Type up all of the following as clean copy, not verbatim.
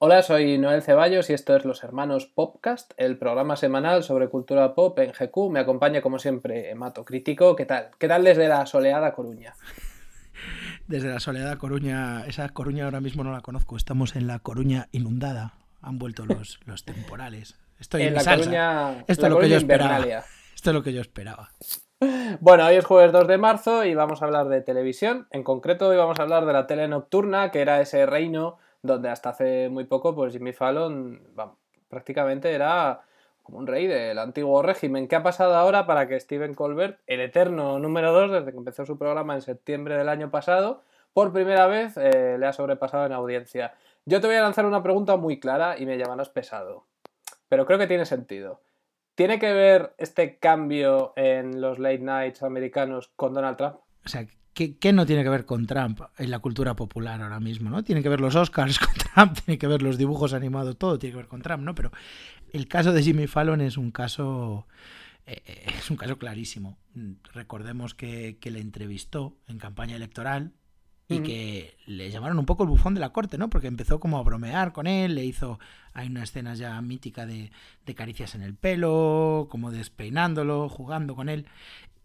Hola, soy Noel Ceballos y esto es Los Hermanos Popcast, el programa semanal sobre cultura pop en GQ. Me acompaña como siempre Mato Crítico. ¿Qué tal? ¿Qué tal desde la soleada Coruña? Desde la soledad Coruña, esa Coruña ahora mismo no la conozco, estamos en la Coruña inundada, han vuelto los temporales. Estoy en En mi la salsa, Coruña, esto es la lo que yo Coruña esperaba, Invernalia. esto es lo que yo esperaba. Bueno, hoy es jueves 2 de marzo y vamos a hablar de televisión. En concreto hoy vamos a hablar de la tele nocturna, que era ese reino donde hasta hace muy poco pues Jimmy Fallon prácticamente era como un rey del antiguo régimen. ¿Qué ha pasado ahora para que Stephen Colbert, el eterno número 2 desde que empezó su programa en septiembre del año pasado, por primera vez le ha sobrepasado en audiencia? Yo te voy a lanzar una pregunta muy clara y me llamarás pesado, pero creo que tiene sentido. ¿Tiene que ver este cambio en los late nights americanos con Donald Trump? O sea, ¿qué no tiene que ver con Trump en la cultura popular ahora mismo, ¿no? Tiene que ver los Oscars con Trump, tiene que ver los dibujos animados, todo tiene que ver con Trump, ¿no? Pero el caso de Jimmy Fallon es un caso clarísimo. Recordemos que le entrevistó en campaña electoral y que le llamaron un poco el bufón de la corte, ¿no? Porque empezó como a bromear con él, le hizo, hay una escena ya mítica de caricias en el pelo, como despeinándolo, jugando con él.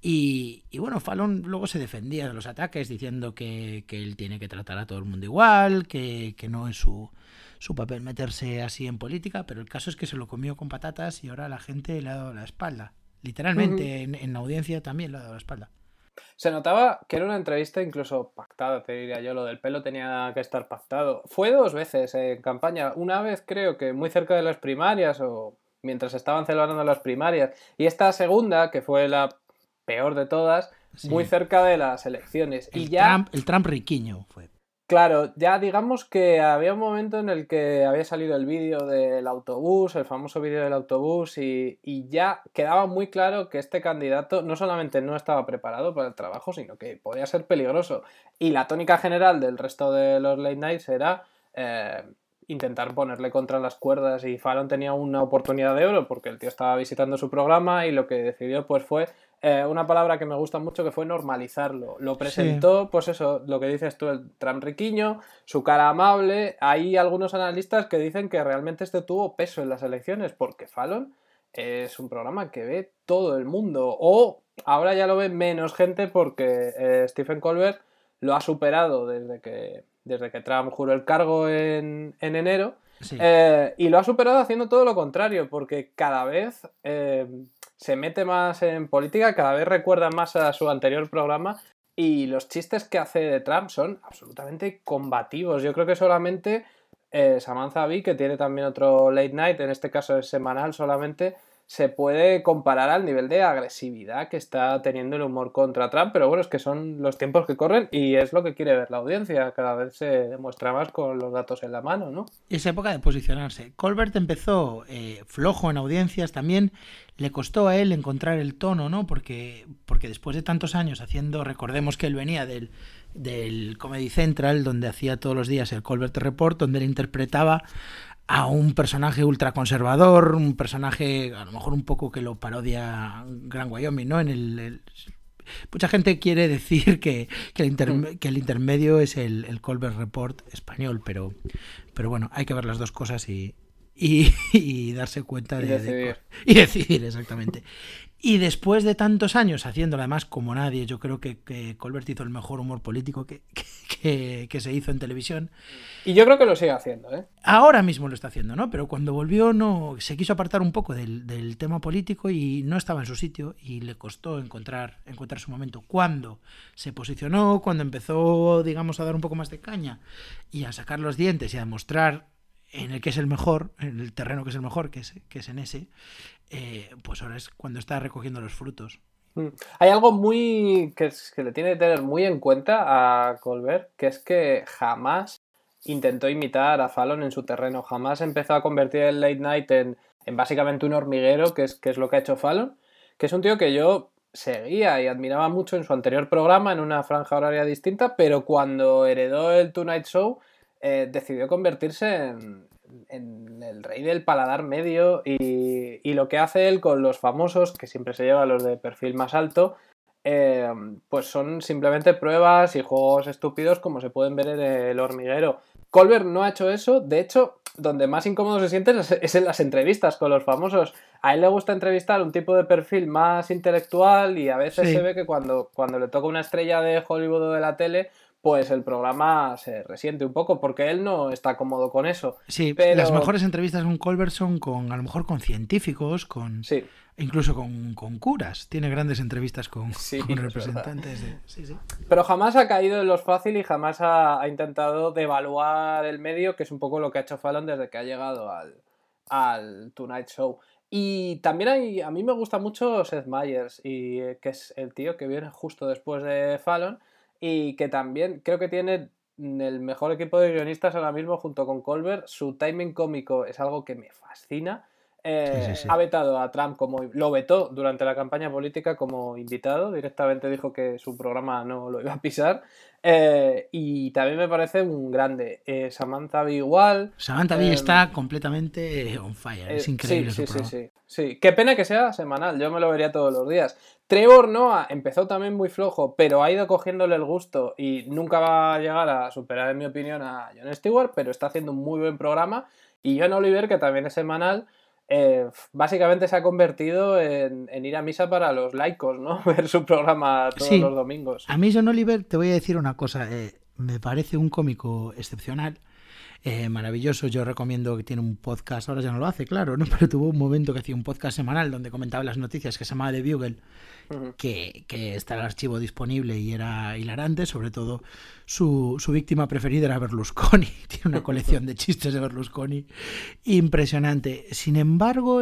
Y bueno, Fallon luego se defendía de los ataques diciendo que él tiene que tratar a todo el mundo igual, que no es su papel meterse así en política, pero el caso es que se lo comió con patatas y ahora la gente le ha dado la espalda. Literalmente, en audiencia también le ha dado la espalda. Se notaba que era una entrevista incluso pactada, te diría yo. Lo del pelo tenía que estar pactado. Fue dos veces en campaña. Una vez creo que muy cerca de las primarias o mientras estaban celebrando las primarias. Y esta segunda, que fue la peor de todas, muy Sí. cerca de las elecciones. Y ya El Trump riquiño fue. claro, ya digamos que había un momento en el que había salido el vídeo del autobús, el famoso vídeo del autobús, y ya quedaba muy claro que este candidato no solamente no estaba preparado para el trabajo, sino que podía ser peligroso. Y la tónica general del resto de los late nights era eh, intentar ponerle contra las cuerdas, y Fallon tenía una oportunidad de oro porque el tío estaba visitando su programa y lo que decidió pues fue una palabra que me gusta mucho, que fue normalizarlo. Lo Sí. presentó, pues eso, lo que dices tú, el Trump riquiño, su cara amable. Hay algunos analistas que dicen que realmente este tuvo peso en las elecciones, porque Fallon es un programa que ve todo el mundo. O ahora ya lo ve menos gente porque Stephen Colbert lo ha superado desde que Trump juró el cargo en enero. Sí. Y lo ha superado haciendo todo lo contrario, porque cada vez se mete más en política, cada vez recuerda más a su anterior programa, y los chistes que hace de Trump son absolutamente combativos. Yo creo que solamente Samantha Bee, que tiene también otro late night, en este caso es semanal solamente, se puede comparar al nivel de agresividad que está teniendo el humor contra Trump, pero bueno, es que son los tiempos que corren y es lo que quiere ver la audiencia. Cada vez se demuestra más con los datos en la mano, ¿no? Es época de posicionarse. Colbert empezó flojo en audiencias, también le costó a él encontrar el tono, ¿no? Porque después de tantos años haciendo, recordemos que él venía del Comedy Central, donde hacía todos los días el Colbert Report, donde él interpretaba a un personaje ultraconservador, un personaje a lo mejor un poco que lo parodia Gran Wyoming, ¿no? Mucha gente quiere decir que el intermedio es el Colbert Report español, pero bueno, hay que ver las dos cosas y darse cuenta Y decidir. y decidir exactamente. Y después de tantos años haciéndolo, además como nadie, yo creo que Colbert hizo el mejor humor político que se hizo en televisión. Y yo creo que lo sigue haciendo, ¿eh? Ahora mismo lo está haciendo, ¿no? Pero cuando volvió no se quiso apartar un poco del tema político y no estaba en su sitio y le costó encontrar su momento. Cuando se posicionó, cuando empezó, digamos, a dar un poco más de caña y a sacar los dientes y a demostrar en el que es el mejor, en el terreno que es el mejor, que es en ese, pues ahora es cuando está recogiendo los frutos. Hay algo muy que le tiene que tener muy en cuenta a Colbert, que es que jamás intentó imitar a Fallon en su terreno, jamás empezó a convertir el late night en básicamente un hormiguero, que es lo que ha hecho Fallon, que es un tío que yo seguía y admiraba mucho en su anterior programa, en una franja horaria distinta, pero cuando heredó el Tonight Show, decidió convertirse en el rey del paladar medio, y lo que hace él con los famosos, que siempre se lleva los de perfil más alto, pues son simplemente pruebas y juegos estúpidos como se pueden ver en el hormiguero. Colbert no ha hecho eso, de hecho donde más incómodo se siente es en las entrevistas con los famosos. A él le gusta entrevistar un tipo de perfil más intelectual y a veces se ve que cuando le toca una estrella de Hollywood o de la tele, pues el programa se resiente un poco porque él no está cómodo con eso. Sí, pero... las mejores entrevistas con Colbert son a lo mejor con científicos, sí. incluso con curas. Tiene grandes entrevistas con representantes de... Sí. Pero jamás ha caído en lo fácil y jamás ha intentado devaluar el medio, que es un poco lo que ha hecho Fallon desde que ha llegado al Tonight Show. Y también a mí me gusta mucho Seth Meyers, que es el tío que viene justo después de Fallon y que también creo que tiene el mejor equipo de guionistas ahora mismo junto con Colbert. Su timing cómico es algo que me fascina. Sí. Ha vetado a Trump lo vetó durante la campaña política como invitado, directamente dijo que su programa no lo iba a pisar, y también me parece un grande. Samantha Bee igual. Samantha Bee está completamente on fire, es increíble su programa. Sí, qué pena que sea semanal, yo me lo vería todos los días. Trevor Noah empezó también muy flojo, pero ha ido cogiéndole el gusto y nunca va a llegar a superar, en mi opinión, a Jon Stewart, pero está haciendo un muy buen programa. Y John Oliver, que también es semanal, básicamente se ha convertido en ir a misa para los laicos, ¿no? Ver su programa todos los domingos. A mí John Oliver, te voy a decir una cosa, me parece un cómico excepcional, maravilloso. Yo recomiendo que tiene un podcast, ahora ya no lo hace, claro, ¿no? Pero tuvo un momento que hacía un podcast semanal donde comentaba las noticias, que se llamaba The Bugle, que está el archivo disponible y era hilarante. Sobre todo su víctima preferida era Berlusconi. Tiene una colección de chistes de Berlusconi impresionante. Sin embargo,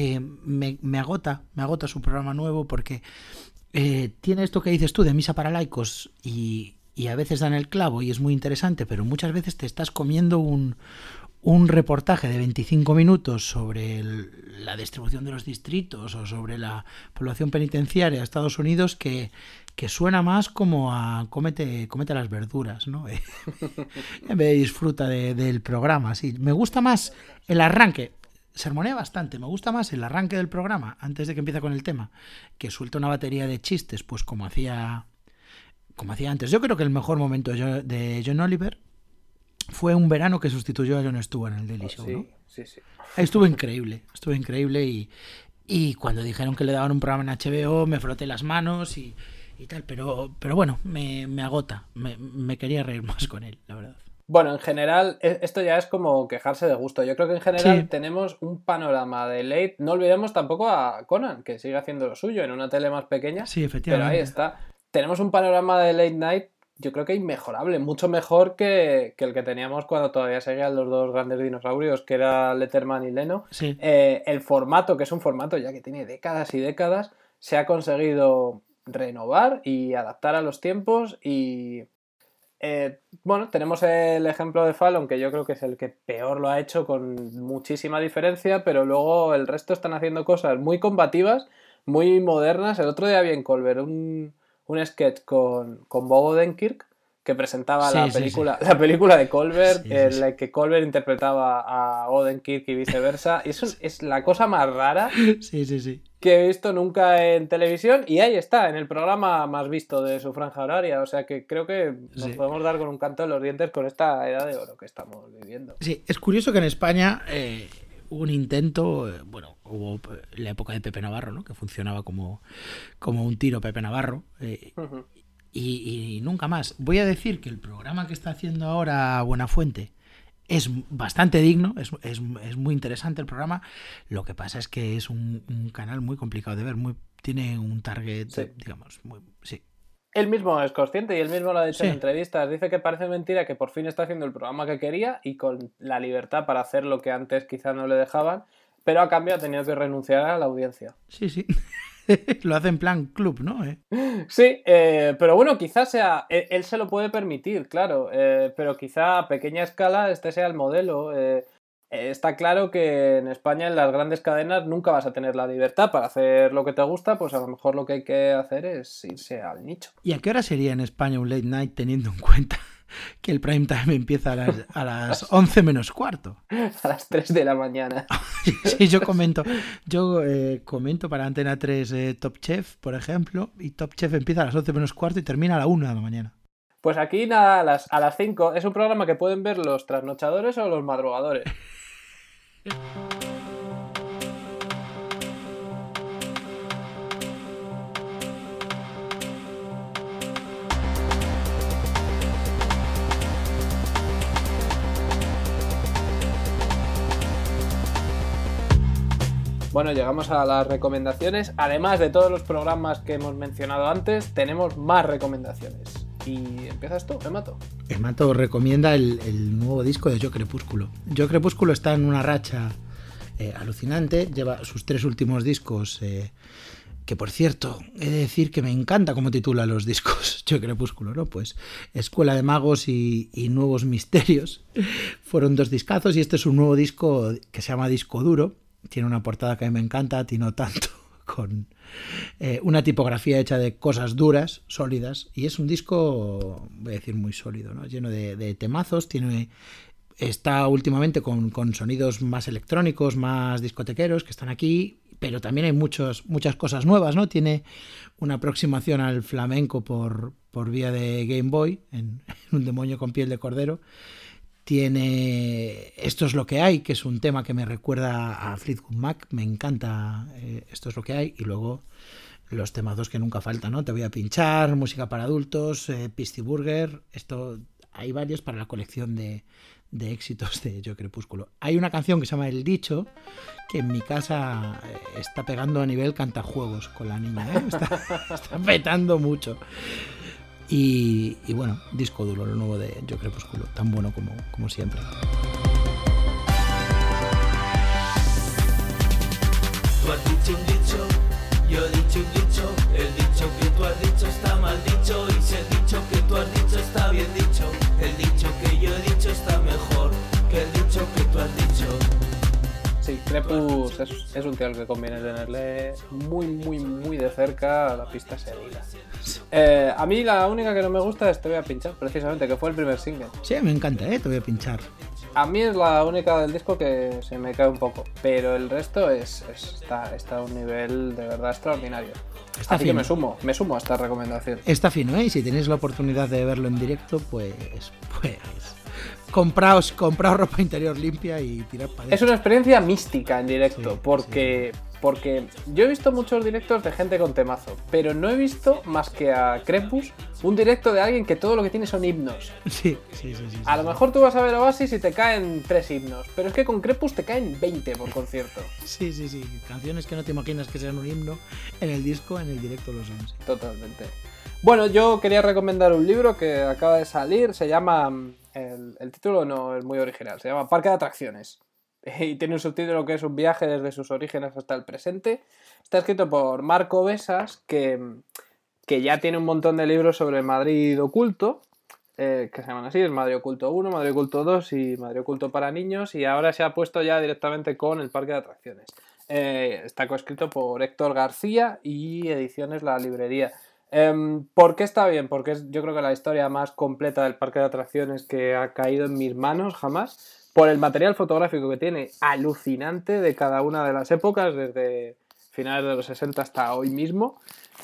me agota su programa nuevo porque tiene esto que dices tú de misa para laicos y a veces dan el clavo y es muy interesante, pero muchas veces te estás comiendo un reportaje de 25 minutos sobre la distribución de los distritos o sobre la población penitenciaria de Estados Unidos que suena más como a cómete las verduras, ¿no? En vez de disfruta del programa. Sí, me gusta más el arranque. Sermonea bastante, me gusta más el arranque del programa antes de que empiece con el tema, que suelta una batería de chistes, pues como hacía antes. Yo creo que el mejor momento de John Oliver fue un verano que sustituyó a Jon Stewart en el Daily Show, ¿no? Sí. Estuvo increíble y cuando dijeron que le daban un programa en HBO me froté las manos y tal, pero bueno, me agota, me quería reír más con él, la verdad. Bueno, en general, esto ya es como quejarse de gusto. Yo creo que en general tenemos un panorama de late. No olvidemos tampoco a Conan, que sigue haciendo lo suyo en una tele más pequeña. Sí, efectivamente. Pero ahí está. Tenemos un panorama de late night, yo creo que inmejorable, mucho mejor que el que teníamos cuando todavía seguían los dos grandes dinosaurios, que era Letterman y Leno. Sí. El formato, que es un formato ya que tiene décadas y décadas, se ha conseguido renovar y adaptar a los tiempos y... bueno, tenemos el ejemplo de Fallon, que yo creo que es el que peor lo ha hecho con muchísima diferencia, pero luego el resto están haciendo cosas muy combativas, muy modernas. El otro día vi en Colbert un sketch con Bob Odenkirk que presentaba la película de Colbert, en la que Colbert interpretaba a Odenkirk y viceversa. Y eso es la cosa más rara que he visto nunca en televisión, y ahí está, en el programa más visto de su franja horaria. O sea que creo que nos podemos dar con un canto en los dientes con esta edad de oro que estamos viviendo. Sí, es curioso que en España hubo un intento, hubo la época de Pepe Navarro, ¿no? Que funcionaba como un tiro Pepe Navarro, y nunca más. Voy a decir que el programa que está haciendo ahora Buenafuente es bastante digno, es muy interesante el programa. Lo que pasa es que es un canal muy complicado de ver, tiene un target, digamos, muy... Sí. Él mismo es consciente y él mismo lo ha dicho en entrevistas. Dice que parece mentira que por fin está haciendo el programa que quería y con la libertad para hacer lo que antes quizá no le dejaban, pero a cambio ha tenido que renunciar a la audiencia. Sí. Lo hace en plan club, ¿no? Sí, pero bueno, quizás sea... Él se lo puede permitir, claro, pero quizá a pequeña escala este sea el modelo. Está claro que en España, en las grandes cadenas, nunca vas a tener la libertad para hacer lo que te gusta, pues a lo mejor lo que hay que hacer es irse al nicho. ¿Y a qué hora sería en España un late night teniendo en cuenta que el prime time empieza a las 11 menos cuarto? A las 3 de la mañana. Sí, yo comento para Antena 3 Top Chef, por ejemplo, y Top Chef empieza a las 11 menos cuarto y termina a la 1 de la mañana. Pues aquí nada, a las 5 es un programa que pueden ver los trasnochadores o los madrugadores. Bueno, llegamos a las recomendaciones. Además de todos los programas que hemos mencionado antes, tenemos más recomendaciones. Y empiezas tú, Emato. Emato recomienda el nuevo disco de Yo Crepúsculo. Yo Crepúsculo está en una racha alucinante. Lleva sus 3 últimos discos, que por cierto, he de decir que me encanta cómo titula los discos Yo Crepúsculo, ¿no? Pues Escuela de Magos y Nuevos Misterios. Fueron 2 discazos y este es un nuevo disco que se llama Disco Duro. Tiene una portada que a mí me encanta, a ti no tanto, con una tipografía hecha de cosas duras, sólidas, y es un disco, voy a decir, muy sólido, ¿no? Lleno de temazos. Está últimamente con sonidos más electrónicos, más discotequeros, que están aquí, pero también hay muchas cosas nuevas, ¿no? Tiene una aproximación al flamenco por vía de Game Boy, en Un demonio con piel de cordero. Tiene Esto es lo que hay, que es un tema que me recuerda a Fleetwood Mac. Me encanta Esto es lo que hay. Y luego los temazos que nunca faltan, ¿no? Te voy a pinchar, música para adultos, Pisty Burger. Hay varios para la colección de éxitos de Yo Crepúsculo. Hay una canción que se llama El Dicho, que en mi casa está pegando a nivel cantajuegos con la niña, ¿eh? Está petando mucho. Y bueno, Disco Duro, lo nuevo de Yo Crepúsculo, tan bueno como siempre. Tú has dicho un dicho, yo he dicho un dicho, el dicho que tú has dicho está mal dicho, y si el dicho que tú has dicho está bien dicho, el dicho que yo he dicho está mejor que el dicho que tú has dicho. Sí, Crepus es un tío al que conviene tenerle muy, muy, muy de cerca a la pista seguida. A mí la única que no me gusta es Te voy a pinchar, precisamente, que fue el primer single. Sí, me encanta, Te voy a pinchar. A mí es la única del disco que se me cae un poco, pero el resto está a un nivel de verdad extraordinario. Así que me sumo a esta recomendación. Está fino, y si tenéis la oportunidad de verlo en directo, pues compraos ropa interior limpia y tirad para adentro. Es una experiencia mística en directo, sí, porque yo he visto muchos directos de gente con temazo, pero no he visto más que a Crepus un directo de alguien que todo lo que tiene son himnos. Sí. A lo mejor tú vas a ver Oasis y te caen 3 himnos, pero es que con Crepus te caen 20 por concierto. Sí. Canciones que no te imaginas que sean un himno en el disco, en el directo lo son. Sí. Totalmente. Bueno, yo quería recomendar un libro que acaba de salir, se llama... El título no es muy original, se llama Parque de Atracciones. Y tiene un subtítulo que es Un viaje desde sus orígenes hasta el presente. Está escrito por Marco Besas, que ya tiene un montón de libros sobre Madrid oculto, que se llaman así, es Madrid Oculto 1, Madrid Oculto 2 y Madrid Oculto para niños, y ahora se ha puesto ya directamente con el Parque de Atracciones. Está coescrito por Héctor García y Ediciones La Librería. ¿Por qué está bien? Porque es, yo creo que la historia más completa del parque de atracciones que ha caído en mis manos jamás, por el material fotográfico que tiene alucinante de cada una de las épocas, desde finales de los 60 hasta hoy mismo,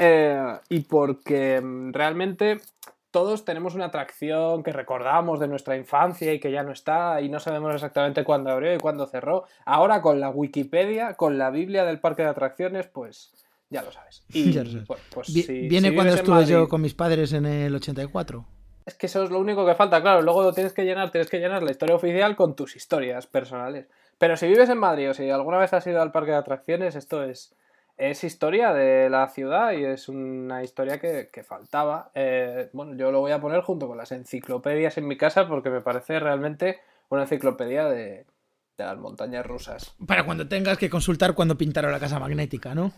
y porque realmente todos tenemos una atracción que recordamos de nuestra infancia y que ya no está y no sabemos exactamente cuándo abrió y cuándo cerró. Ahora con la Wikipedia, con la Biblia del parque de atracciones, pues... ya lo sabes. Y ya lo sabes. Pues viene si cuando estuve Madrid, yo con mis padres en el 84. Es que eso es lo único que falta, claro. Luego tienes que llenar la historia oficial con tus historias personales. Pero si vives en Madrid o si alguna vez has ido al parque de atracciones, esto es historia de la ciudad y es una historia que faltaba. Bueno, yo lo voy a poner junto con las enciclopedias en mi casa porque me parece realmente una enciclopedia de las montañas rusas. Para cuando tengas que consultar cuando pintaron la casa magnética, ¿no?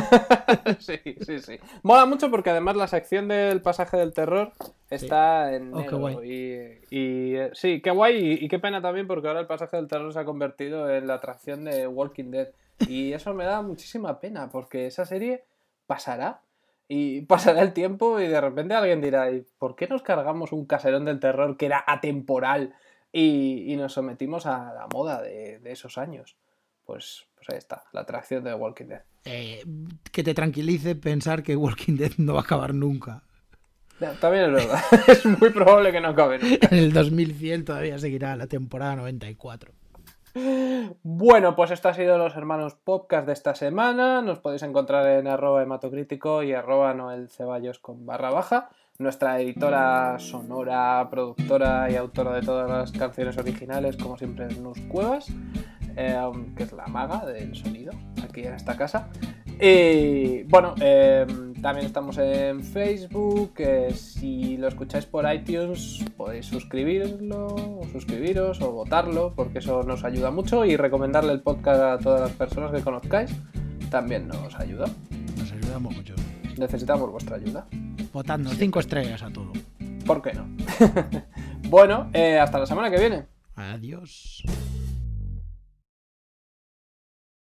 Sí. Mola mucho porque además la sección del pasaje del terror está en negro. Qué guay. Y sí, qué guay y qué pena también porque ahora el pasaje del terror se ha convertido en la atracción de Walking Dead. Y eso me da muchísima pena porque esa serie pasará y pasará el tiempo y de repente alguien dirá, ¿y por qué nos cargamos un caserón del terror que era atemporal? Y nos sometimos a la moda de esos años. Pues ahí está, la atracción de Walking Dead. Que te tranquilice pensar que Walking Dead no va a acabar nunca. También es verdad. Es muy probable que no acabe nunca. En el 2100 todavía seguirá la temporada 94. Bueno, pues esto ha sido Los Hermanos Podcast de esta semana. Nos podéis encontrar en @hematocrítico y @noelceballos _. Nuestra editora sonora, productora y autora de todas las canciones originales, como siempre, es Nus Cuevas, que es la maga del sonido aquí en esta casa. Y bueno, también estamos en Facebook. Si lo escucháis por iTunes, podéis suscribiros o votarlo, porque eso nos ayuda mucho, y recomendarle el podcast a todas las personas que conozcáis también nos ayuda. Nos ayudamos mucho. Necesitamos vuestra ayuda. Votando 5 estrellas a todo. ¿Por qué no? Bueno, hasta la semana que viene. Adiós.